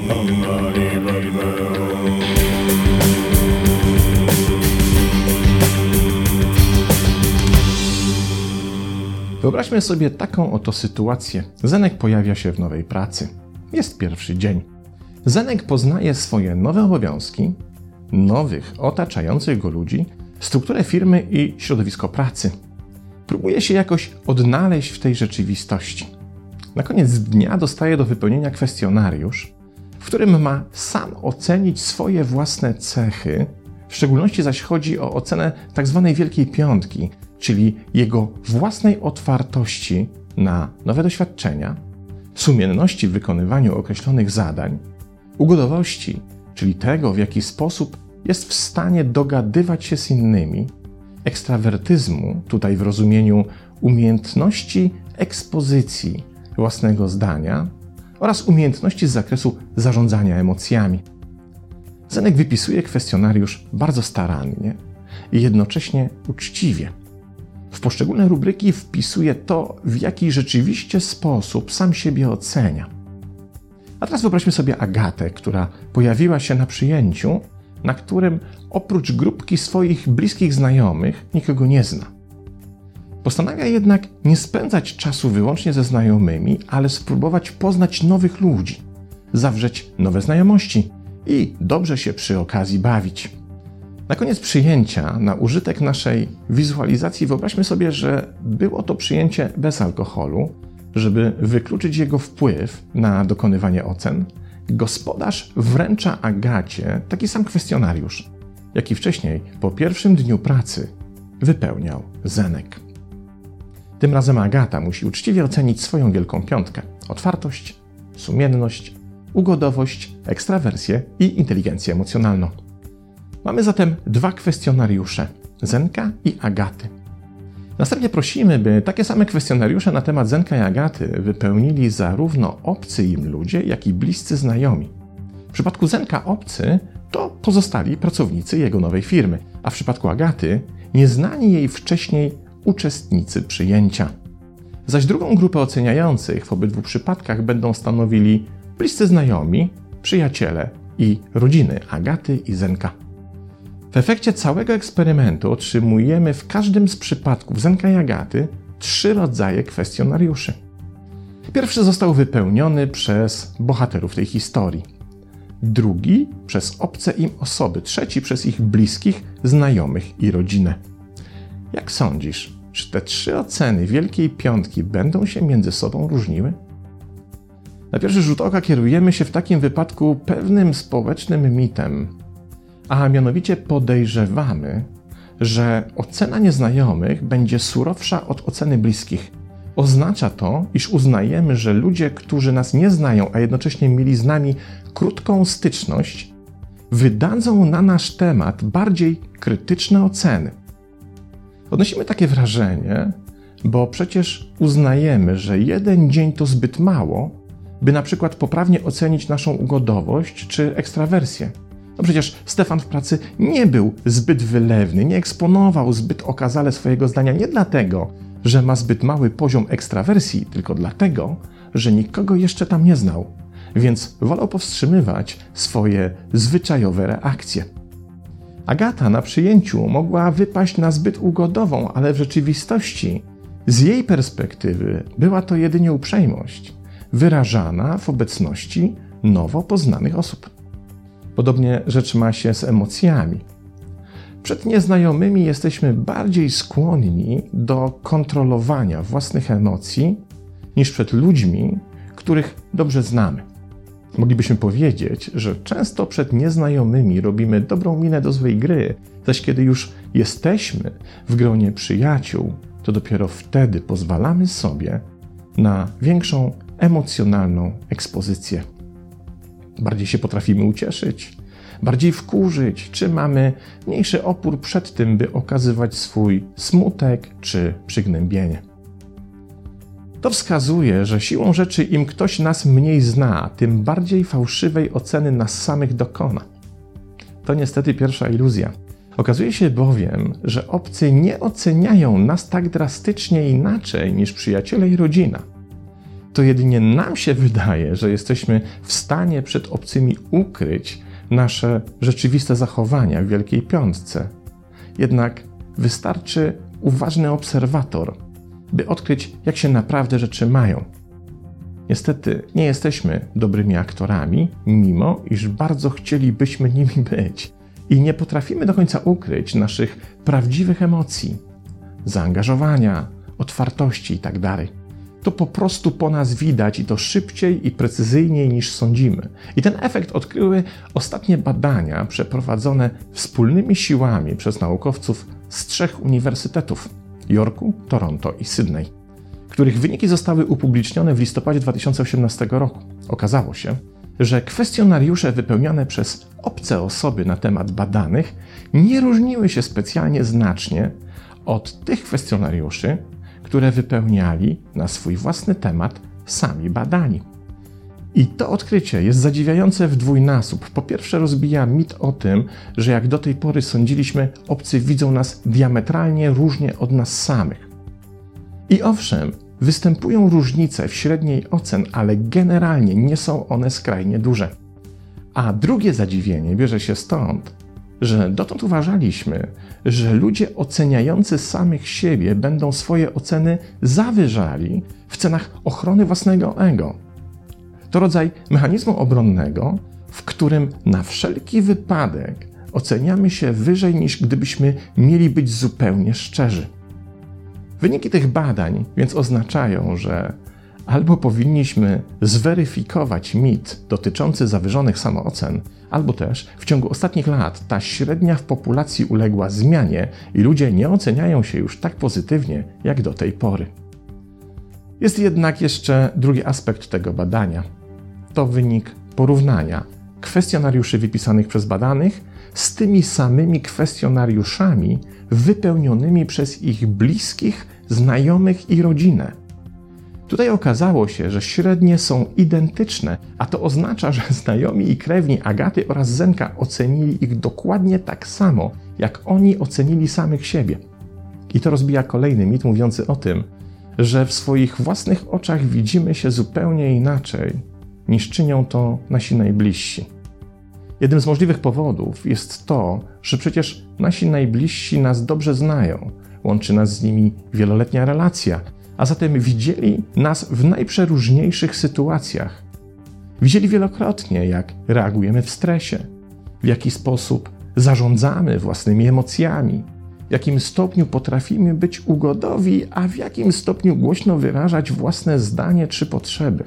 Wyobraźmy sobie taką oto sytuację. Zenek pojawia się w nowej pracy. Jest pierwszy dzień. Zenek poznaje swoje nowe obowiązki, nowych, otaczających go ludzi, strukturę firmy i środowisko pracy. Próbuje się jakoś odnaleźć w tej rzeczywistości. Na koniec dnia dostaje do wypełnienia kwestionariusz, w którym ma sam ocenić swoje własne cechy, w szczególności zaś chodzi o ocenę tzw. Wielkiej Piątki, czyli jego własnej otwartości na nowe doświadczenia, sumienności w wykonywaniu określonych zadań, ugodowości, czyli tego, w jaki sposób jest w stanie dogadywać się z innymi, ekstrawertyzmu, tutaj w rozumieniu umiejętności ekspozycji własnego zdania oraz umiejętności z zakresu zarządzania emocjami. Zenek wypisuje kwestionariusz bardzo starannie i jednocześnie uczciwie. W poszczególne rubryki wpisuje to, w jaki rzeczywiście sposób sam siebie ocenia. A teraz wyobraźmy sobie Agatę, która pojawiła się na przyjęciu, na którym oprócz grupki swoich bliskich znajomych nikogo nie zna. Postanawia jednak nie spędzać czasu wyłącznie ze znajomymi, ale spróbować poznać nowych ludzi, zawrzeć nowe znajomości i dobrze się przy okazji bawić. Na koniec przyjęcia, na użytek naszej wizualizacji, wyobraźmy sobie, że było to przyjęcie bez alkoholu. Żeby wykluczyć jego wpływ na dokonywanie ocen, gospodarz wręcza Agacie taki sam kwestionariusz, jaki wcześniej po pierwszym dniu pracy wypełniał Zenek. Tym razem Agata musi uczciwie ocenić swoją Wielką Piątkę: otwartość, sumienność, ugodowość, ekstrawersję i inteligencję emocjonalną. Mamy zatem dwa kwestionariusze: Zenka i Agaty. Następnie prosimy, by takie same kwestionariusze na temat Zenka i Agaty wypełnili zarówno obcy im ludzie, jak i bliscy znajomi. W przypadku Zenka obcy to pozostali pracownicy jego nowej firmy, a w przypadku Agaty nieznani jej wcześniej uczestnicy przyjęcia. Zaś drugą grupę oceniających w obydwu przypadkach będą stanowili bliscy znajomi, przyjaciele i rodziny Agaty i Zenka. W efekcie całego eksperymentu otrzymujemy w każdym z przypadków Zenka i Agaty 3 rodzaje kwestionariuszy. Pierwszy został wypełniony przez bohaterów tej historii. Drugi przez obce im osoby. Trzeci przez ich bliskich, znajomych i rodzinę. Jak sądzisz, czy te 3 oceny Wielkiej Piątki będą się między sobą różniły? Na pierwszy rzut oka kierujemy się w takim wypadku pewnym społecznym mitem, a mianowicie podejrzewamy, że ocena nieznajomych będzie surowsza od oceny bliskich. Oznacza to, iż uznajemy, że ludzie, którzy nas nie znają, a jednocześnie mieli z nami krótką styczność, wydadzą na nasz temat bardziej krytyczne oceny. Odnosimy takie wrażenie, bo przecież uznajemy, że 1 dzień to zbyt mało, by na przykład poprawnie ocenić naszą ugodowość czy ekstrawersję. No przecież Stefan w pracy nie był zbyt wylewny, nie eksponował zbyt okazale swojego zdania nie dlatego, że ma zbyt mały poziom ekstrawersji, tylko dlatego, że nikogo jeszcze tam nie znał, więc wolał powstrzymywać swoje zwyczajowe reakcje. Agata na przyjęciu mogła wypaść na zbyt ugodową, ale w rzeczywistości z jej perspektywy była to jedynie uprzejmość, wyrażana w obecności nowo poznanych osób. Podobnie rzecz ma się z emocjami. Przed nieznajomymi jesteśmy bardziej skłonni do kontrolowania własnych emocji niż przed ludźmi, których dobrze znamy. Moglibyśmy powiedzieć, że często przed nieznajomymi robimy dobrą minę do złej gry, zaś kiedy już jesteśmy w gronie przyjaciół, to dopiero wtedy pozwalamy sobie na większą emocjonalną ekspozycję. Bardziej się potrafimy ucieszyć, bardziej wkurzyć, czy mamy mniejszy opór przed tym, by okazywać swój smutek czy przygnębienie. To wskazuje, że siłą rzeczy im ktoś nas mniej zna, tym bardziej fałszywej oceny nas samych dokona. To niestety pierwsza iluzja. Okazuje się bowiem, że obcy nie oceniają nas tak drastycznie inaczej niż przyjaciele i rodzina. to jedynie nam się wydaje, że jesteśmy w stanie przed obcymi ukryć nasze rzeczywiste zachowania w Wielkiej Piątce. Jednak wystarczy uważny obserwator, by odkryć, jak się naprawdę rzeczy mają. Niestety nie jesteśmy dobrymi aktorami, mimo iż bardzo chcielibyśmy nimi być i nie potrafimy do końca ukryć naszych prawdziwych emocji, zaangażowania, otwartości itd. To po prostu po nas widać i to szybciej i precyzyjniej niż sądzimy. I ten efekt odkryły ostatnie badania przeprowadzone wspólnymi siłami przez naukowców z 3 uniwersytetów: Yorku, Toronto i Sydney, których wyniki zostały upublicznione w listopadzie 2018 roku. Okazało się, że kwestionariusze wypełniane przez obce osoby na temat badanych nie różniły się specjalnie znacznie od tych kwestionariuszy, które wypełniali na swój własny temat sami badani. I to odkrycie jest zadziwiające w dwójnasób. Po pierwsze, rozbija mit o tym, że jak do tej pory sądziliśmy, obcy widzą nas diametralnie różnie od nas samych. I owszem, występują różnice w średniej ocen, ale generalnie nie są one skrajnie duże. A drugie zadziwienie bierze się stąd, że dotąd uważaliśmy, że ludzie oceniający samych siebie będą swoje oceny zawyżali w cenach ochrony własnego ego. To rodzaj mechanizmu obronnego, w którym na wszelki wypadek oceniamy się wyżej niż gdybyśmy mieli być zupełnie szczerzy. Wyniki tych badań więc oznaczają, że albo powinniśmy zweryfikować mit dotyczący zawyżonych samoocen, albo też w ciągu ostatnich lat ta średnia w populacji uległa zmianie i ludzie nie oceniają się już tak pozytywnie jak do tej pory. Jest jednak jeszcze drugi aspekt tego badania. To wynik porównania kwestionariuszy wypisanych przez badanych z tymi samymi kwestionariuszami wypełnionymi przez ich bliskich, znajomych i rodzinę. Tutaj okazało się, że średnie są identyczne, a to oznacza, że znajomi i krewni Agaty oraz Zenka ocenili ich dokładnie tak samo, jak oni ocenili samych siebie. I to rozbija kolejny mit mówiący o tym, że w swoich własnych oczach widzimy się zupełnie inaczej, niż czynią to nasi najbliżsi. Jednym z możliwych powodów jest to, że przecież nasi najbliżsi nas dobrze znają, łączy nas z nimi wieloletnia relacja, a zatem widzieli nas w najprzeróżniejszych sytuacjach. Widzieli wielokrotnie, jak reagujemy w stresie, w jaki sposób zarządzamy własnymi emocjami, w jakim stopniu potrafimy być ugodowi, a w jakim stopniu głośno wyrażać własne zdanie czy potrzeby.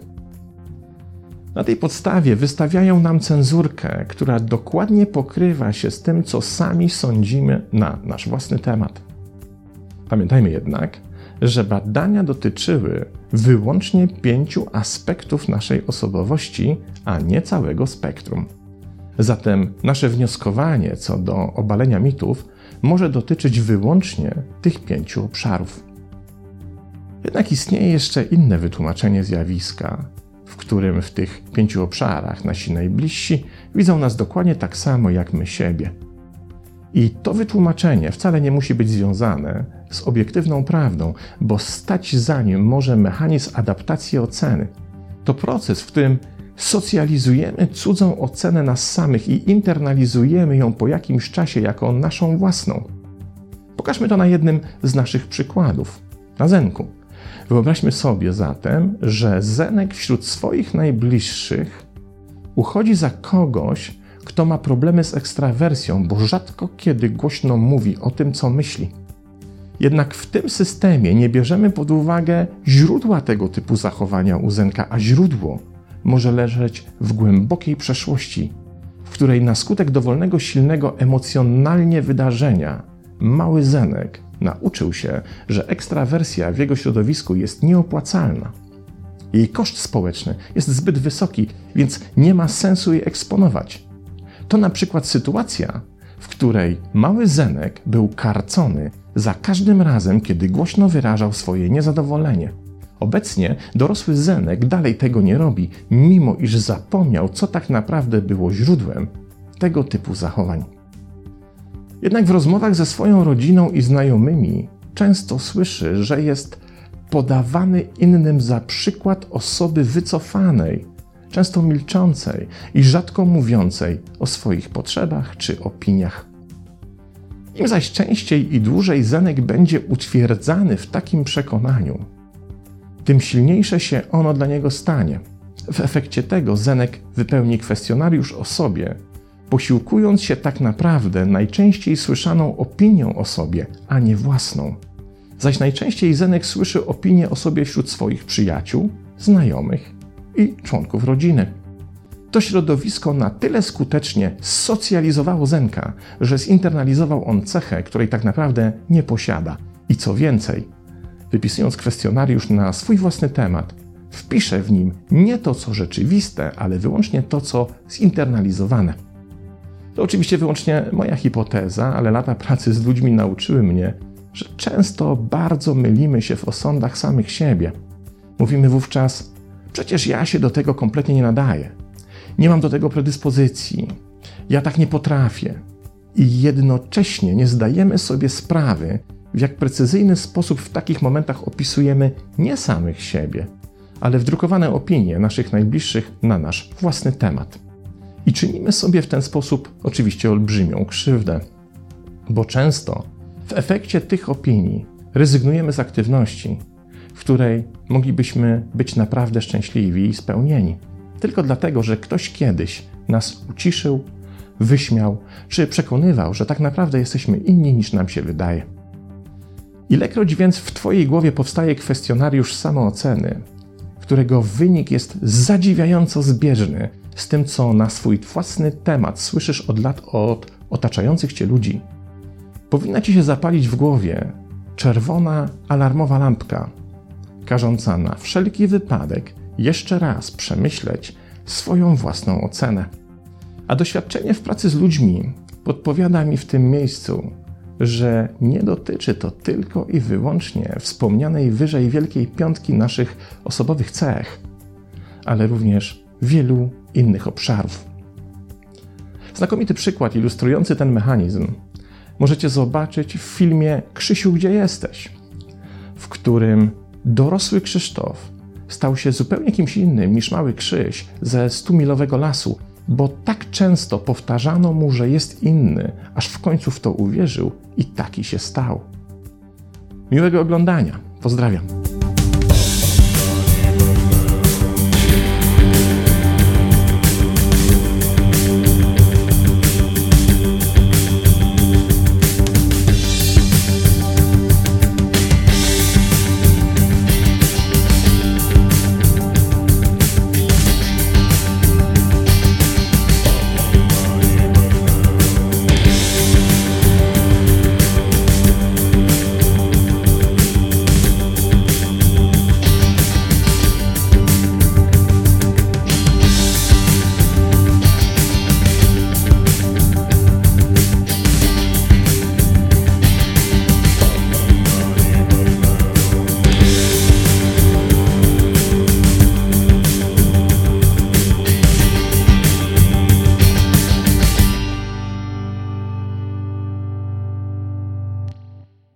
Na tej podstawie wystawiają nam cenzurkę, która dokładnie pokrywa się z tym, co sami sądzimy na nasz własny temat. Pamiętajmy jednak, że badania dotyczyły wyłącznie 5 aspektów naszej osobowości, a nie całego spektrum. Zatem nasze wnioskowanie co do obalenia mitów może dotyczyć wyłącznie tych 5 obszarów. Jednak istnieje jeszcze inne wytłumaczenie zjawiska, w którym w tych 5 obszarach nasi najbliżsi widzą nas dokładnie tak samo jak my siebie. I to wytłumaczenie wcale nie musi być związane z obiektywną prawdą, bo stać za nim może mechanizm adaptacji oceny. To proces, w którym socjalizujemy cudzą ocenę nas samych i internalizujemy ją po jakimś czasie jako naszą własną. Pokażmy to na jednym z naszych przykładów, na Zenku. Wyobraźmy sobie zatem, że Zenek wśród swoich najbliższych uchodzi za kogoś, kto ma problemy z ekstrawersją, bo rzadko kiedy głośno mówi o tym, co myśli. Jednak w tym systemie nie bierzemy pod uwagę źródła tego typu zachowania u Zenka, a źródło może leżeć w głębokiej przeszłości, w której na skutek dowolnego, silnego emocjonalnie wydarzenia mały Zenek nauczył się, że ekstrawersja w jego środowisku jest nieopłacalna. Jej koszt społeczny jest zbyt wysoki, więc nie ma sensu jej eksponować. To na przykład sytuacja, w której mały Zenek był karcony za każdym razem, kiedy głośno wyrażał swoje niezadowolenie. Obecnie dorosły Zenek dalej tego nie robi, mimo iż zapomniał, co tak naprawdę było źródłem tego typu zachowań. Jednak w rozmowach ze swoją rodziną i znajomymi często słyszy, że jest podawany innym za przykład osoby wycofanej, często milczącej i rzadko mówiącej o swoich potrzebach czy opiniach. Im zaś częściej i dłużej Zenek będzie utwierdzany w takim przekonaniu, tym silniejsze się ono dla niego stanie. W efekcie tego Zenek wypełni kwestionariusz o sobie, posiłkując się tak naprawdę najczęściej słyszaną opinią o sobie, a nie własną. Zaś najczęściej Zenek słyszy opinię o sobie wśród swoich przyjaciół, znajomych i członków rodziny. To środowisko na tyle skutecznie socjalizowało Zenka, że zinternalizował on cechę, której tak naprawdę nie posiada. I co więcej, wypisując kwestionariusz na swój własny temat, wpisze w nim nie to, co rzeczywiste, ale wyłącznie to, co zinternalizowane. To oczywiście wyłącznie moja hipoteza, ale lata pracy z ludźmi nauczyły mnie, że często bardzo mylimy się w osądach samych siebie. Mówimy wówczas, przecież ja się do tego kompletnie nie nadaję. Nie mam do tego predyspozycji. Ja tak nie potrafię. I jednocześnie nie zdajemy sobie sprawy, w jak precyzyjny sposób w takich momentach opisujemy nie samych siebie, ale wdrukowane opinie naszych najbliższych na nasz własny temat. I czynimy sobie w ten sposób oczywiście olbrzymią krzywdę, bo często w efekcie tych opinii rezygnujemy z aktywności, w której moglibyśmy być naprawdę szczęśliwi i spełnieni. Tylko dlatego, że ktoś kiedyś nas uciszył, wyśmiał, czy przekonywał, że tak naprawdę jesteśmy inni niż nam się wydaje. Ilekroć więc w Twojej głowie powstaje kwestionariusz samooceny, którego wynik jest zadziwiająco zbieżny z tym, co na swój własny temat słyszysz od lat od otaczających Cię ludzi, powinna Ci się zapalić w głowie czerwona alarmowa lampka, każąca na wszelki wypadek jeszcze raz przemyśleć swoją własną ocenę. A doświadczenie w pracy z ludźmi podpowiada mi w tym miejscu, że nie dotyczy to tylko i wyłącznie wspomnianej wyżej wielkiej piątki naszych osobowych cech, ale również wielu innych obszarów. Znakomity przykład ilustrujący ten mechanizm możecie zobaczyć w filmie Krzysiu, gdzie jesteś?, w którym dorosły Krzysztof stał się zupełnie kimś innym niż mały Krzyś ze 100-milowego lasu, bo tak często powtarzano mu, że jest inny, aż w końcu w to uwierzył i taki się stał. Miłego oglądania. Pozdrawiam.